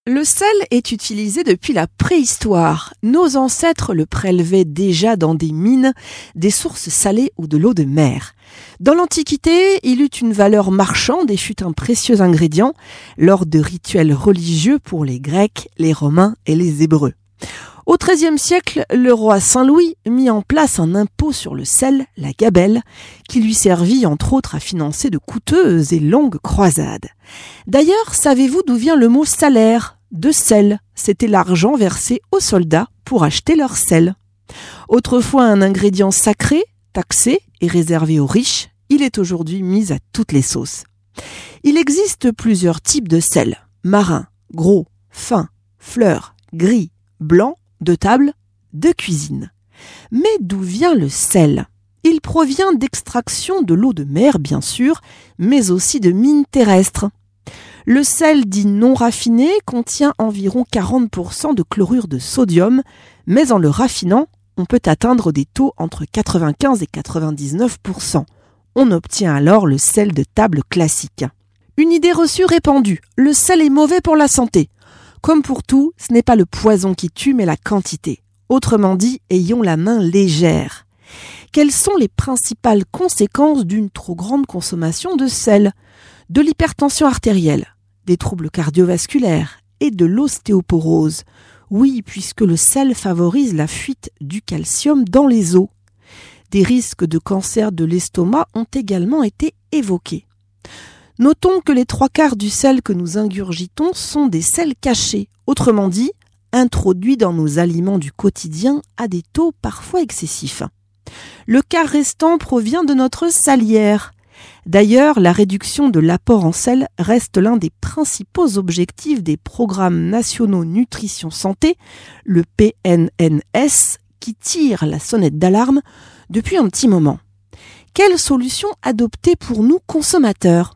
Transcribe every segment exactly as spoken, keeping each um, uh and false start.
Le sel est utilisé depuis la préhistoire. Nos ancêtres le prélevaient déjà dans des mines, des sources salées ou de l'eau de mer. Dans l'Antiquité, il eut une valeur marchande et fut un précieux ingrédient lors de rituels religieux pour les Grecs, les Romains et les Hébreux. Au treizième siècle, le roi Saint-Louis mit en place un impôt sur le sel, la gabelle, qui lui servit entre autres à financer de coûteuses et longues croisades. D'ailleurs, savez-vous d'où vient le mot salaire ? De sel, c'était l'argent versé aux soldats pour acheter leur sel. Autrefois un ingrédient sacré, taxé et réservé aux riches, il est aujourd'hui mis à toutes les sauces. Il existe plusieurs types de sel, marin, gros, fin, fleur, gris, blanc, de table, de cuisine. Mais d'où vient le sel ? Il provient d'extraction de l'eau de mer, bien sûr, mais aussi de mines terrestres. Le sel dit non raffiné contient environ quarante pour cent de chlorure de sodium, mais en le raffinant, on peut atteindre des taux entre quatre-vingt-quinze et quatre-vingt-dix-neuf pour cent. On obtient alors le sel de table classique. Une idée reçue répandue, le sel est mauvais pour la santé. Comme pour tout, ce n'est pas le poison qui tue, mais la quantité. Autrement dit, ayons la main légère. Quelles sont les principales conséquences d'une trop grande consommation de sel ? De l'hypertension artérielle, des troubles cardiovasculaires et de l'ostéoporose. Oui, puisque le sel favorise la fuite du calcium dans les os. Des risques de cancer de l'estomac ont également été évoqués. Notons que les trois quarts du sel que nous ingurgitons sont des sels cachés, autrement dit, introduits dans nos aliments du quotidien à des taux parfois excessifs. Le quart restant provient de notre salière. D'ailleurs, la réduction de l'apport en sel reste l'un des principaux objectifs des programmes nationaux nutrition santé, le P N N S, qui tire la sonnette d'alarme depuis un petit moment. Quelle solution adopter pour nous consommateurs ?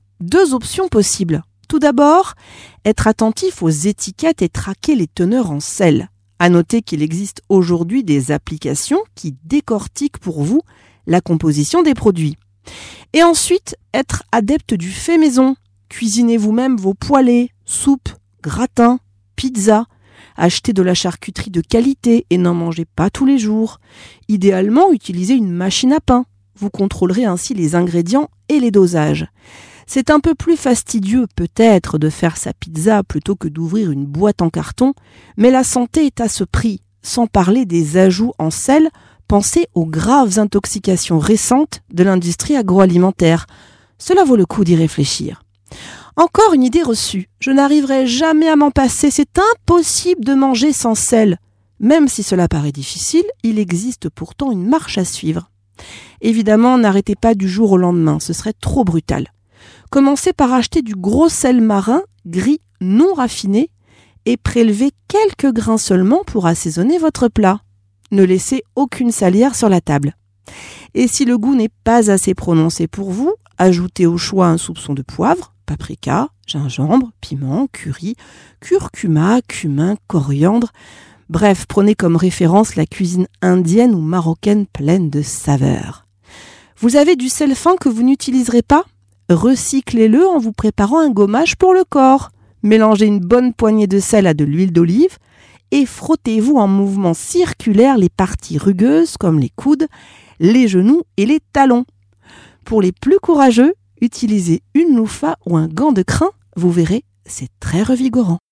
Deux options possibles. Tout d'abord, être attentif aux étiquettes et traquer les teneurs en sel. À noter qu'il existe aujourd'hui des applications qui décortiquent pour vous la composition des produits. Et ensuite, être adepte du fait maison. Cuisinez vous-même vos poêlés, soupes, gratins, pizzas. Achetez de la charcuterie de qualité et n'en mangez pas tous les jours. Idéalement, utilisez une machine à pain. Vous contrôlerez ainsi les ingrédients et les dosages. C'est un peu plus fastidieux peut-être de faire sa pizza plutôt que d'ouvrir une boîte en carton, mais la santé est à ce prix, sans parler des ajouts en sel. Pensez aux graves intoxications récentes de l'industrie agroalimentaire. Cela vaut le coup d'y réfléchir. Encore une idée reçue. Je n'arriverai jamais à m'en passer. C'est impossible de manger sans sel. Même si cela paraît difficile, il existe pourtant une marche à suivre. Évidemment, n'arrêtez pas du jour au lendemain. Ce serait trop brutal. Commencez par acheter du gros sel marin, gris, non raffiné, et prélevez quelques grains seulement pour assaisonner votre plat. Ne laissez aucune salière sur la table. Et si le goût n'est pas assez prononcé pour vous, ajoutez au choix un soupçon de poivre, paprika, gingembre, piment, curry, curcuma, cumin, coriandre. Bref, prenez comme référence la cuisine indienne ou marocaine pleine de saveurs. Vous avez du sel fin que vous n'utiliserez pas ? Recyclez-le en vous préparant un gommage pour le corps. Mélangez une bonne poignée de sel à de l'huile d'olive et frottez-vous en mouvement circulaire les parties rugueuses comme les coudes, les genoux et les talons. Pour les plus courageux, utilisez une loofah ou un gant de crin, vous verrez, c'est très revigorant.